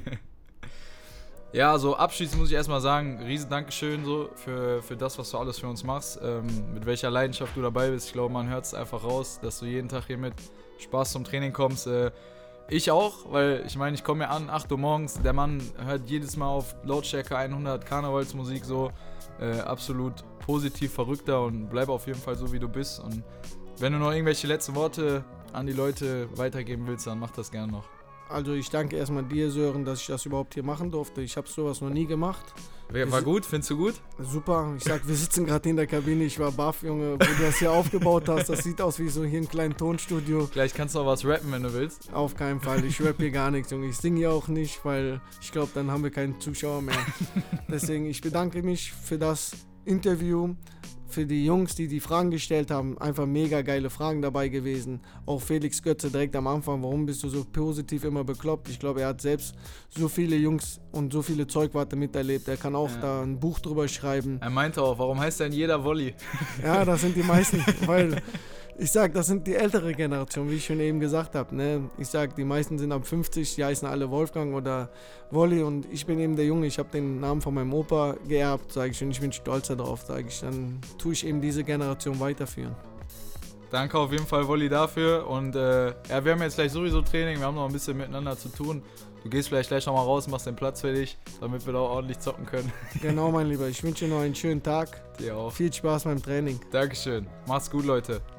Ja, so abschließend muss ich erstmal sagen, riesen Dankeschön so für, für das, was du alles für uns machst, ähm, mit welcher Leidenschaft du dabei bist. Ich glaube, man hört es einfach raus, dass du jeden Tag hier mit Spaß zum Training kommst. Äh, ich auch, weil ich meine, ich komme ja an, acht Uhr morgens, der Mann hört jedes Mal auf Lautstärke hundert Karnevalsmusik so, äh, absolut positiv verrückter und bleib auf jeden Fall so, wie du bist. Und wenn du noch irgendwelche letzten Worte an die Leute weitergeben willst, dann mach das gerne noch. Also ich danke erstmal dir, Sören, dass ich das überhaupt hier machen durfte. Ich habe sowas noch nie gemacht. War gut? Findest du gut? Super. Ich sag, wir sitzen gerade in der Kabine. Ich war baff, Junge, wo du das hier aufgebaut hast. Das sieht aus wie so hier ein kleines Tonstudio. Gleich kannst du auch was rappen, wenn du willst. Auf keinen Fall. Ich rappe hier gar nichts, Junge. Ich singe hier auch nicht, weil ich glaube, dann haben wir keinen Zuschauer mehr. Deswegen, ich bedanke mich für das Interview. Für die Jungs, die die Fragen gestellt haben, einfach mega geile Fragen dabei gewesen. Auch Felix Götze direkt am Anfang, warum bist du so positiv immer bekloppt? Ich glaube, er hat selbst so viele Jungs und so viele Zeugwarte miterlebt. Er kann auch ja. da ein Buch drüber schreiben. Er meinte auch, warum heißt denn jeder Wolli? Ja, das sind die meisten, weil ich sag, das sind die ältere Generation, wie ich schon eben gesagt habe. Ne? Ich sag, die meisten sind ab fünfzig, die heißen alle Wolfgang oder Wolli und ich bin eben der Junge. Ich habe den Namen von meinem Opa geerbt, sage ich, und ich bin stolz darauf, sage ich. Dann tue ich eben diese Generation weiterführen. Danke auf jeden Fall, Wolli, dafür. Und äh, ja, wir haben jetzt gleich sowieso Training, wir haben noch ein bisschen miteinander zu tun. Du gehst vielleicht gleich nochmal raus, machst den Platz fertig, damit wir da auch ordentlich zocken können. Genau, mein Lieber. Ich wünsche dir noch einen schönen Tag. Dir auch. Viel Spaß beim Training. Dankeschön. Macht's gut, Leute.